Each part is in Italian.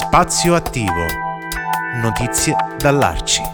Spazio attivo. Notizie dall'Arci.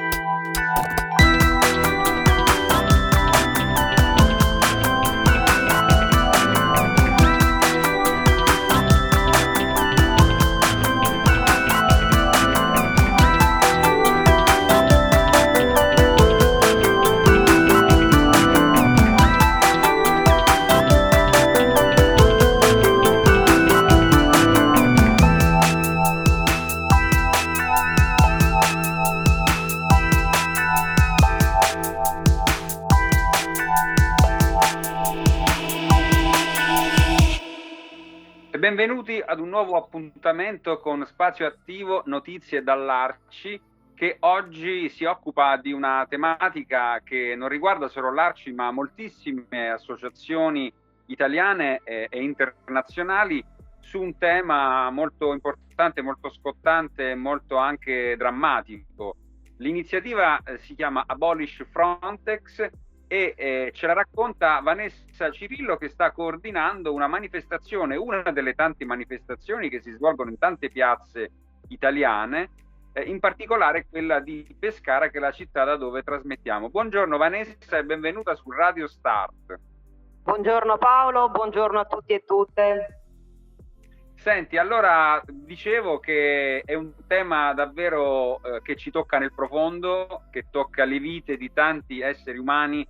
Benvenuti ad un nuovo appuntamento con Spazio Attivo Notizie dall'Arci, che oggi si occupa di una tematica che non riguarda solo l'Arci ma moltissime associazioni italiane e internazionali su un tema molto importante, molto scottante, molto anche drammatico. L'iniziativa si chiama Abolish Frontex e ce la racconta Vanessa Cirillo, che sta coordinando una manifestazione, una delle tante manifestazioni che si svolgono in tante piazze italiane, in particolare quella di Pescara, che è la città da dove trasmettiamo. Buongiorno Vanessa e benvenuta su Radio Start. Buongiorno Paolo, buongiorno a tutti e tutte. Senti, allora dicevo che è un tema davvero che ci tocca nel profondo, che tocca le vite di tanti esseri umani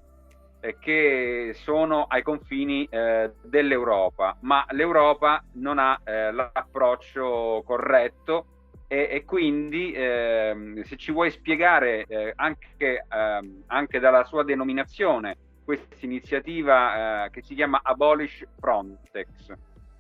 che sono ai confini dell'Europa, ma l'Europa non ha l'approccio corretto e quindi se ci vuoi spiegare anche dalla sua denominazione questa iniziativa che si chiama Abolish Frontex.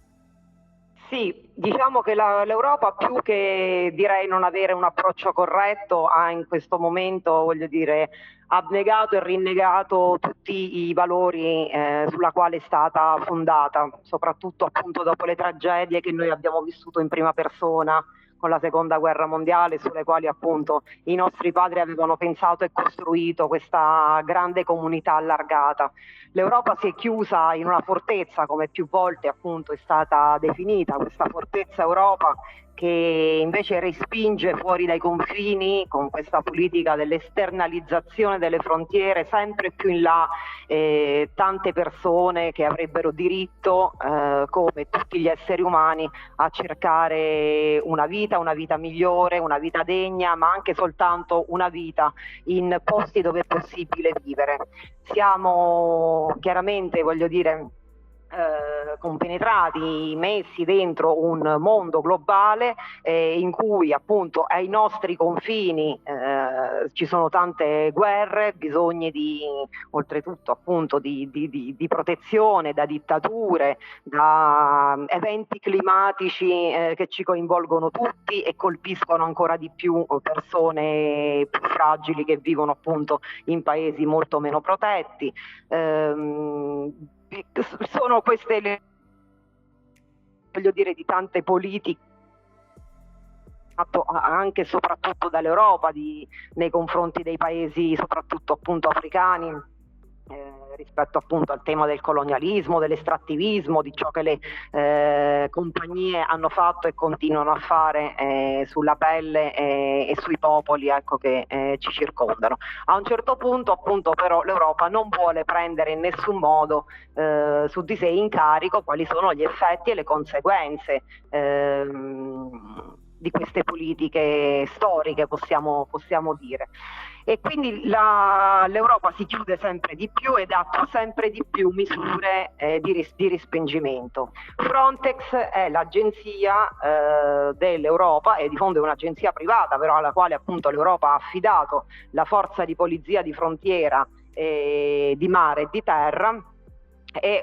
Sì, diciamo che l'Europa, più che direi non avere un approccio corretto, ha in questo momento, voglio dire, abnegato e rinnegato tutti i valori sulla quale è stata fondata, soprattutto appunto dopo le tragedie che noi abbiamo vissuto in prima persona con la seconda guerra mondiale, sulle quali appunto i nostri padri avevano pensato e costruito questa grande comunità allargata. L'Europa si è chiusa in una fortezza, come più volte appunto è stata definita, questa fortezza Europa, che invece respinge fuori dai confini con questa politica dell'esternalizzazione delle frontiere sempre più in là tante persone che avrebbero diritto, come tutti gli esseri umani, a cercare una vita migliore, una vita degna, ma anche soltanto una vita in posti dove è possibile vivere. Siamo chiaramente, voglio dire, compenetrati, messi dentro un mondo globale in cui appunto ai nostri confini ci sono tante guerre, bisogni di, oltretutto appunto di protezione da dittature, da eventi climatici che ci coinvolgono tutti e colpiscono ancora di più persone più fragili che vivono appunto in paesi molto meno protetti. Sono queste voglio dire di tante politiche anche e soprattutto dall'Europa nei confronti dei paesi soprattutto appunto africani, rispetto appunto al tema del colonialismo, dell'estrattivismo, di ciò che le compagnie hanno fatto e continuano a fare sulla pelle e sui popoli, ecco, che ci circondano. A un certo punto appunto però l'Europa non vuole prendere in nessun modo su di sé in carico quali sono gli effetti e le conseguenze di queste politiche storiche, possiamo dire. E quindi l'Europa si chiude sempre di più ed attua sempre di più misure di respingimento. Frontex è l'agenzia dell'Europa, e di fondo è un'agenzia privata, però alla quale appunto l'Europa ha affidato la forza di polizia di frontiera di mare e di terra. È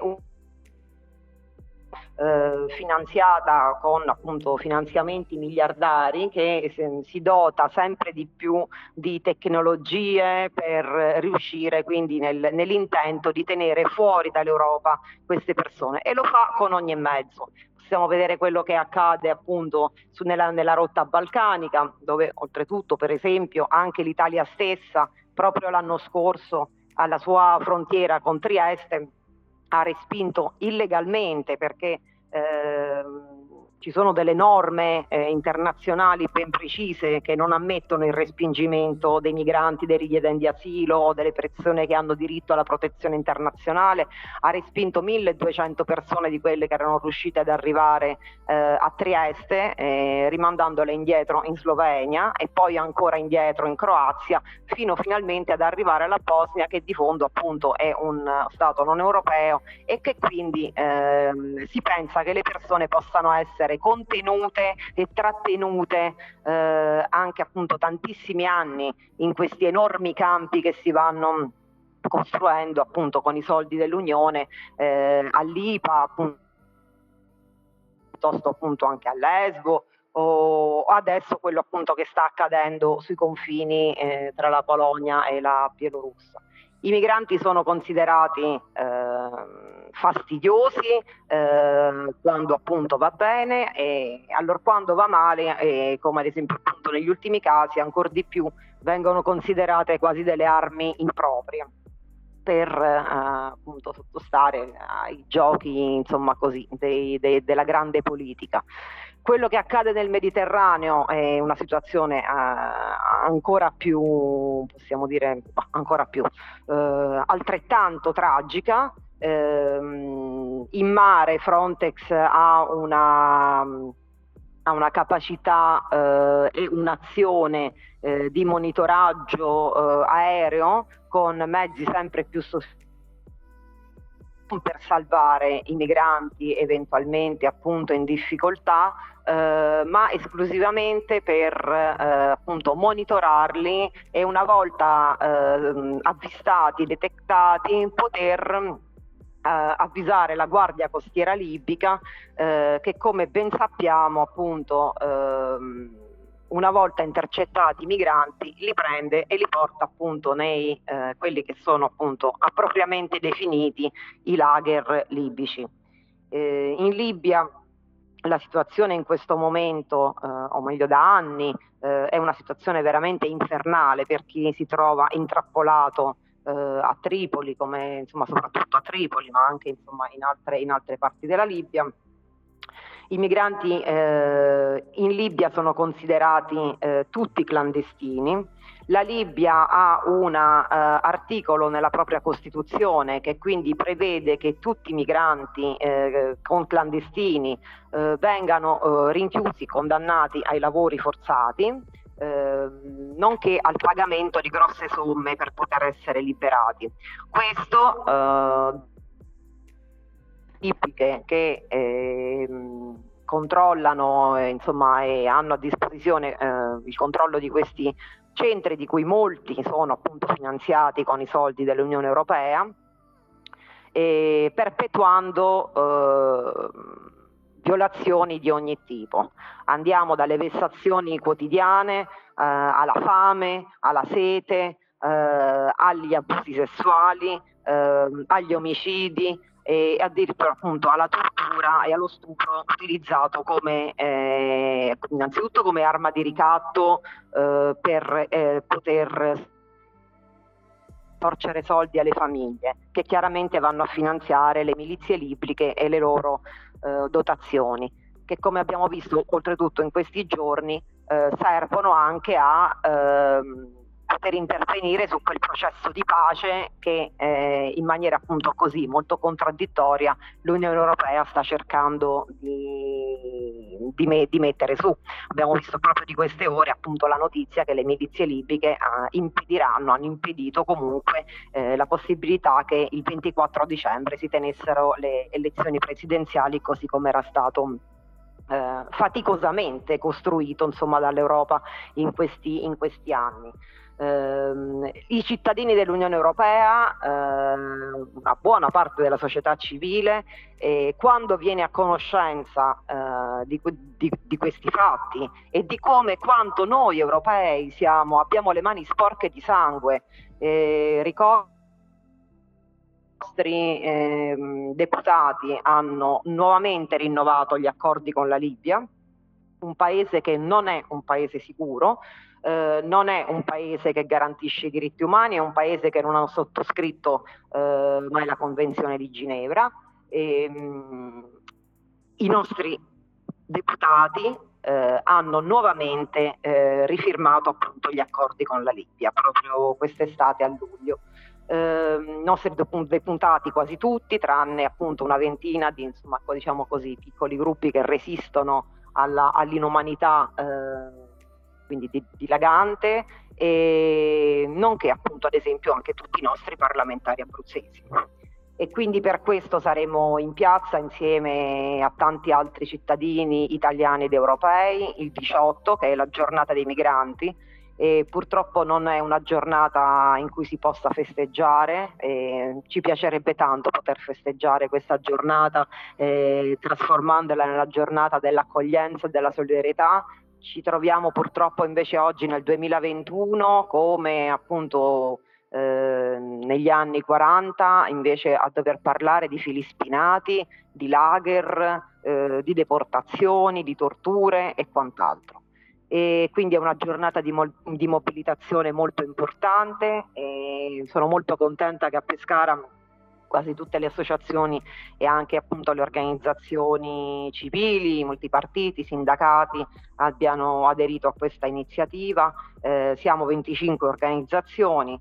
finanziata con appunto finanziamenti miliardari, che si dota sempre di più di tecnologie per riuscire quindi nell'intento di tenere fuori dall'Europa queste persone, e lo fa con ogni mezzo. Possiamo vedere quello che accade appunto nella rotta balcanica, dove oltretutto per esempio anche l'Italia stessa proprio l'anno scorso alla sua frontiera con Trieste ha respinto illegalmente, perché ci sono delle norme internazionali ben precise che non ammettono il respingimento dei migranti, dei richiedenti asilo o delle persone che hanno diritto alla protezione internazionale. Ha respinto 1200 persone di quelle che erano riuscite ad arrivare a Trieste, rimandandole indietro in Slovenia e poi ancora indietro in Croazia, fino finalmente ad arrivare alla Bosnia, che di fondo appunto è un Stato non europeo e che quindi si pensa che le persone possano essere contenute e trattenute anche appunto tantissimi anni in questi enormi campi che si vanno costruendo appunto con i soldi dell'Unione all'IPA, appunto, piuttosto appunto anche a Lesbo, o adesso quello appunto che sta accadendo sui confini tra la Polonia e la Bielorussia. I migranti sono considerati fastidiosi quando appunto va bene, e allora quando va male, come ad esempio appunto negli ultimi casi, ancora di più vengono considerate quasi delle armi improprie per appunto sottostare ai giochi, insomma così, della grande politica. Quello che accade nel Mediterraneo è una situazione ancora più, possiamo dire, ancora più altrettanto tragica. In mare Frontex ha una capacità e un'azione di monitoraggio aereo con mezzi sempre più sofisticati per salvare i migranti eventualmente appunto in difficoltà, ma esclusivamente per appunto monitorarli e una volta avvistati, detettati, poter avvisare la Guardia Costiera libica che, come ben sappiamo appunto, una volta intercettati i migranti li prende e li porta appunto nei quelli che sono appunto appropriatamente definiti i lager libici. In Libia la situazione in questo momento, o meglio da anni, è una situazione veramente infernale per chi si trova intrappolato a Tripoli, come insomma soprattutto a Tripoli, ma anche insomma in altre parti della Libia. I migranti in Libia sono considerati tutti clandestini. La Libia ha un articolo nella propria Costituzione che quindi prevede che tutti i migranti con clandestini vengano rinchiusi, condannati ai lavori forzati, nonché al pagamento di grosse somme per poter essere liberati. Questo tipiche che controllano insomma e hanno a disposizione il controllo di questi centri, di cui molti sono appunto finanziati con i soldi dell'Unione Europea, perpetuando violazioni di ogni tipo. Andiamo dalle vessazioni quotidiane alla fame, alla sete, agli abusi sessuali, agli omicidi e addirittura appunto alla tortura e allo stupro, utilizzato come innanzitutto come arma di ricatto per poter torcere soldi alle famiglie, che chiaramente vanno a finanziare le milizie libiche e le loro dotazioni, che come abbiamo visto oltretutto in questi giorni servono anche a poter intervenire su quel processo di pace che in maniera appunto così molto contraddittoria l'Unione Europea sta cercando di mettere su. Abbiamo visto proprio di queste ore appunto la notizia che le milizie libiche hanno impedito comunque la possibilità che il 24 dicembre si tenessero le elezioni presidenziali, così come era stato faticosamente costruito insomma dall'Europa in questi anni. I cittadini dell'Unione Europea, una buona parte della società civile, quando viene a conoscenza di questi fatti e di come quanto noi europei abbiamo le mani sporche di sangue, ricordo i nostri deputati hanno nuovamente rinnovato gli accordi con la Libia, un paese che non è un paese sicuro, non è un paese che garantisce i diritti umani, è un paese che non ha sottoscritto mai la Convenzione di Ginevra. I nostri deputati hanno nuovamente rifirmato appunto gli accordi con la Libia proprio quest'estate a luglio. I nostri deputati quasi tutti, tranne appunto una ventina di, insomma, diciamo così, piccoli gruppi che resistono all'inumanità quindi dilagante, e nonché appunto ad esempio anche tutti i nostri parlamentari abruzzesi. E quindi per questo saremo in piazza insieme a tanti altri cittadini italiani ed europei il 18, che è la giornata dei migranti, e purtroppo non è una giornata in cui si possa festeggiare, ci piacerebbe tanto poter festeggiare questa giornata trasformandola nella giornata dell'accoglienza e della solidarietà. Ci troviamo purtroppo invece oggi nel 2021 come appunto negli anni 40 invece a dover parlare di fili spinati, di lager, di deportazioni, di torture e quant'altro. E quindi è una giornata di mobilitazione molto importante e sono molto contenta che a Pescara quasi tutte le associazioni e anche appunto le organizzazioni civili, molti partiti, sindacati abbiano aderito a questa iniziativa. Siamo 25 organizzazioni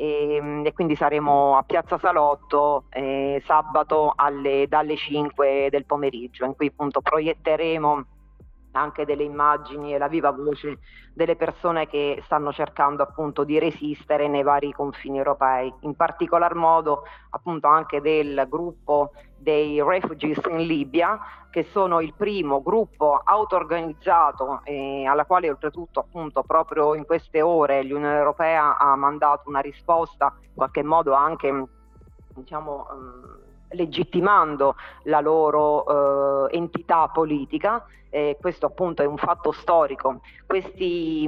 e quindi saremo a Piazza Salotto sabato dalle 5 del pomeriggio, in cui appunto proietteremo anche delle immagini e la viva voce delle persone che stanno cercando appunto di resistere nei vari confini europei, in particolar modo appunto anche del gruppo dei refugees in Libia, che sono il primo gruppo auto-organizzato alla quale oltretutto appunto proprio in queste ore l'Unione Europea ha mandato una risposta in qualche modo anche diciamo legittimando la loro entità politica. Questo appunto è un fatto storico. Questi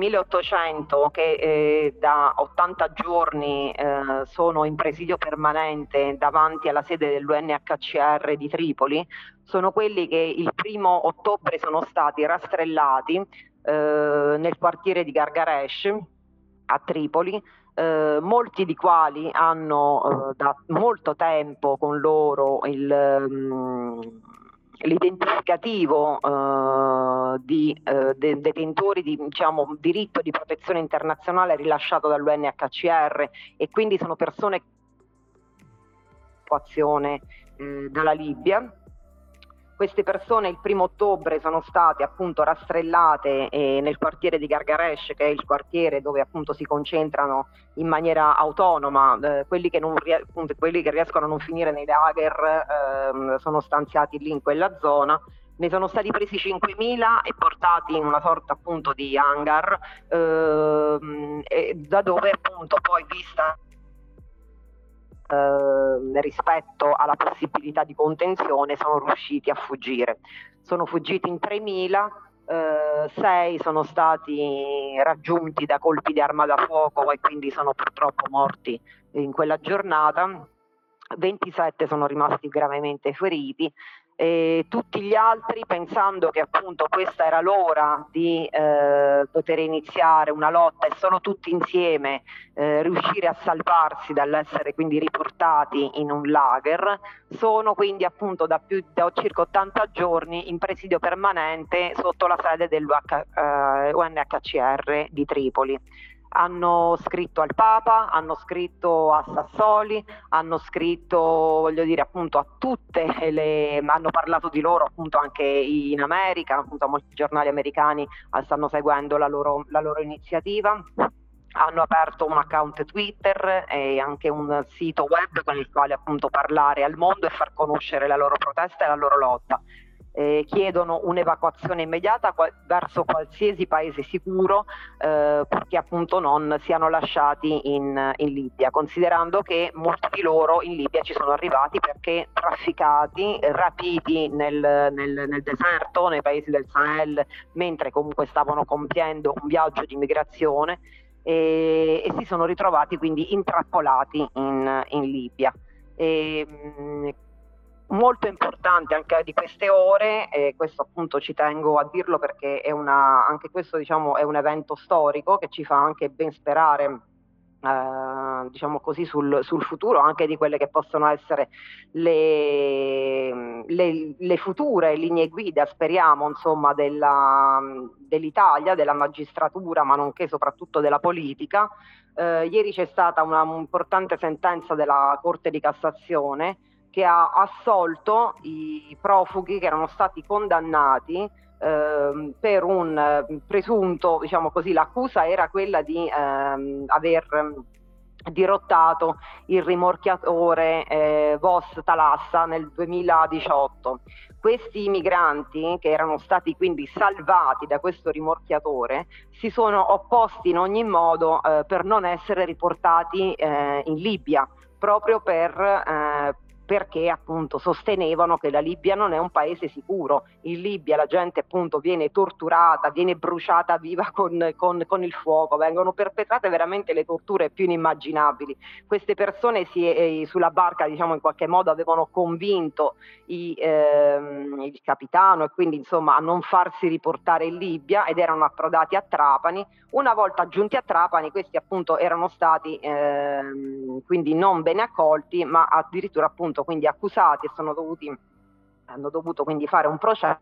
2800 che da 80 giorni sono in presidio permanente davanti alla sede dell'UNHCR di Tripoli sono quelli che il 1° ottobre sono stati rastrellati nel quartiere di Gargaresh a Tripoli. Molti di quali hanno da molto tempo con loro l'identificativo di detentori di diritto di protezione internazionale rilasciato dall'UNHCR e quindi sono persone dalla Libia. Queste persone il 1° ottobre sono state appunto rastrellate nel quartiere di Gargaresh, che è il quartiere dove appunto si concentrano in maniera autonoma quelli che riescono a non finire nei lager, sono stanziati lì in quella zona. Ne sono stati presi 5.000 e portati in una sorta appunto di hangar da dove appunto poi vista rispetto alla possibilità di contenzione sono riusciti a fuggire. Sono fuggiti in 3.000, 6 sono stati raggiunti da colpi di arma da fuoco e quindi sono purtroppo morti in quella giornata, 27 sono rimasti gravemente feriti. E tutti gli altri, pensando che appunto questa era l'ora di poter iniziare una lotta e solo tutti insieme riuscire a salvarsi dall'essere quindi riportati in un lager, sono quindi appunto da circa 80 giorni in presidio permanente sotto la sede dell'UNHCR di Tripoli. Hanno scritto al Papa, hanno scritto a Sassoli, hanno scritto, voglio dire, appunto a tutte hanno parlato di loro appunto anche in America, appunto molti giornali americani stanno seguendo la loro iniziativa. Hanno aperto un account Twitter e anche un sito web con il quale appunto parlare al mondo e far conoscere la loro protesta e la loro lotta. Chiedono un'evacuazione immediata verso qualsiasi paese sicuro perché appunto non siano lasciati in Libia, considerando che molti di loro in Libia ci sono arrivati perché trafficati, rapiti nel deserto, nei paesi del Sahel, mentre comunque stavano compiendo un viaggio di migrazione e si sono ritrovati quindi intrappolati in Libia. Molto importante anche di queste ore, e questo appunto ci tengo a dirlo perché anche questo diciamo è un evento storico che ci fa anche ben sperare diciamo così, sul futuro anche di quelle che possono essere le future linee guida, speriamo, insomma, dell'Italia, della magistratura, ma nonché soprattutto della politica. Ieri c'è stata una importante sentenza della Corte di Cassazione che ha assolto i profughi che erano stati condannati per un presunto, diciamo così, l'accusa era quella di aver dirottato il rimorchiatore Vos Thalassa nel 2018. Questi migranti, che erano stati quindi salvati da questo rimorchiatore, si sono opposti in ogni modo per non essere riportati in Libia, proprio perché appunto sostenevano che la Libia non è un paese sicuro. In Libia la gente appunto viene torturata, viene bruciata viva con il fuoco, vengono perpetrate veramente le torture più inimmaginabili. Queste persone sulla barca, diciamo, in qualche modo avevano convinto il capitano e quindi insomma a non farsi riportare in Libia ed erano approdati a Trapani. Una volta giunti a Trapani, questi appunto erano stati quindi non bene accolti, ma addirittura appunto quindi accusati e hanno dovuto quindi fare un processo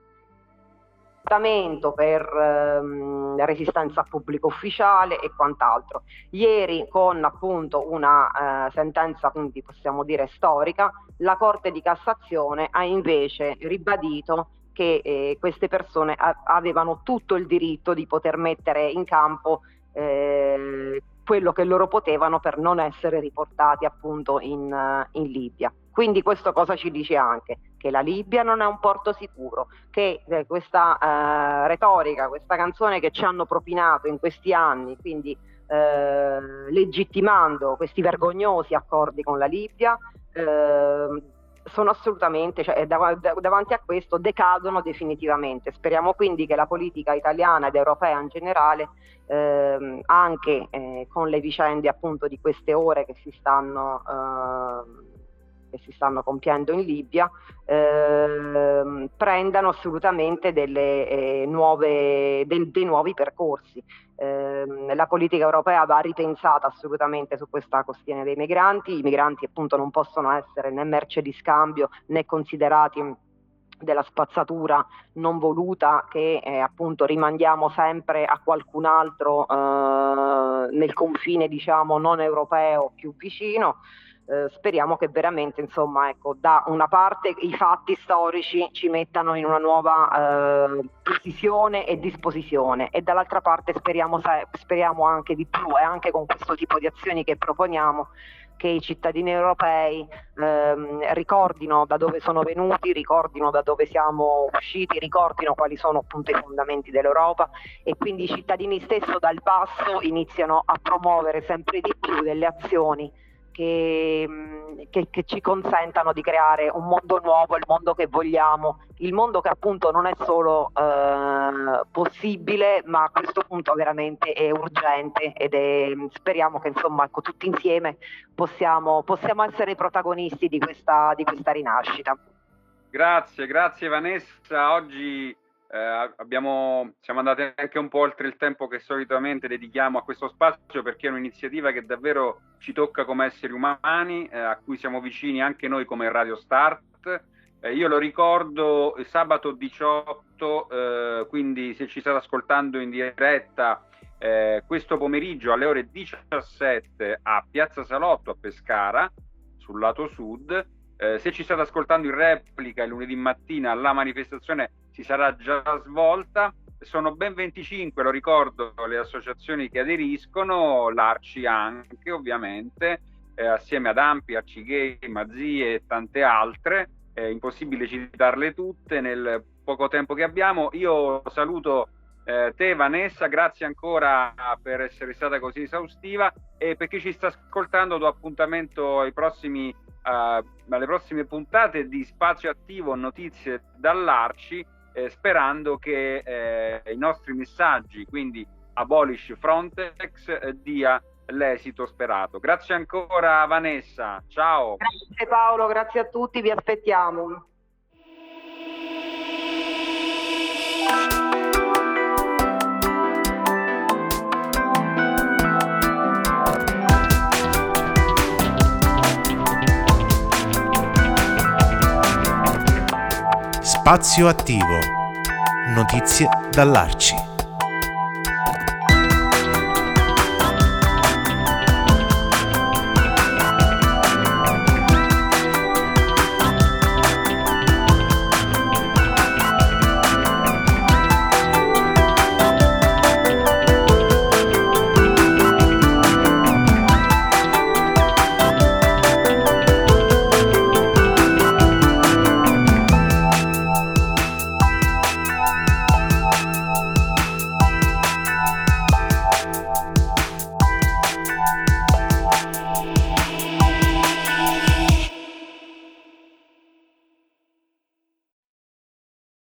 per resistenza a pubblico ufficiale e quant'altro. Ieri, con appunto una sentenza, quindi possiamo dire storica, la Corte di Cassazione ha invece ribadito che queste persone avevano tutto il diritto di poter mettere in campo quello che loro potevano per non essere riportati appunto in Libia. Quindi questo cosa ci dice anche? Che la Libia non è un porto sicuro, che questa retorica, questa canzone che ci hanno propinato in questi anni, quindi legittimando questi vergognosi accordi con la Libia, sono assolutamente, cioè, davanti a questo decadono definitivamente. Speriamo quindi che la politica italiana ed europea in generale, anche con le vicende appunto di queste ore che si stanno compiendo in Libia, prendano assolutamente dei nuovi percorsi. La politica europea va ripensata assolutamente su questa questione dei migranti. I migranti appunto non possono essere né merce di scambio né considerati della spazzatura non voluta che appunto rimandiamo sempre a qualcun altro nel confine, diciamo, non europeo più vicino. Speriamo che veramente, insomma, ecco, da una parte i fatti storici ci mettano in una nuova posizione e disposizione, e dall'altra parte speriamo anche di più, e anche con questo tipo di azioni che proponiamo, che i cittadini europei ricordino da dove sono venuti, ricordino da dove siamo usciti, ricordino quali sono appunto i fondamenti dell'Europa, e quindi i cittadini stesso dal basso iniziano a promuovere sempre di più delle azioni che ci consentano di creare un mondo nuovo, il mondo che vogliamo, il mondo che appunto non è solo possibile, ma a questo punto veramente è urgente, speriamo che insomma, ecco, tutti insieme possiamo essere i protagonisti di questa rinascita. Grazie Vanessa. Oggi siamo andati anche un po' oltre il tempo che solitamente dedichiamo a questo spazio, perché è un'iniziativa che davvero ci tocca come esseri umani, a cui siamo vicini anche noi come Radio Start. Io lo ricordo sabato 18, quindi se ci state ascoltando in diretta questo pomeriggio alle ore 17 a Piazza Salotto a Pescara, sul lato sud. Se ci state ascoltando in replica il lunedì mattina, la manifestazione si sarà già svolta. Sono ben 25, lo ricordo, le associazioni che aderiscono, l'Arci anche ovviamente, assieme ad Ampi, Arcigay, Mazie e tante altre. È impossibile citarle tutte nel poco tempo che abbiamo. Io saluto te Vanessa, grazie ancora per essere stata così esaustiva, e per chi ci sta ascoltando do appuntamento alle prossime puntate di Spazio Attivo Notizie dall'Arci, sperando che i nostri messaggi, quindi abolish Frontex, dia l'esito sperato. Grazie ancora Vanessa, ciao. Grazie Paolo, grazie a tutti, vi aspettiamo. Spazio attivo. Notizie dall'Arci.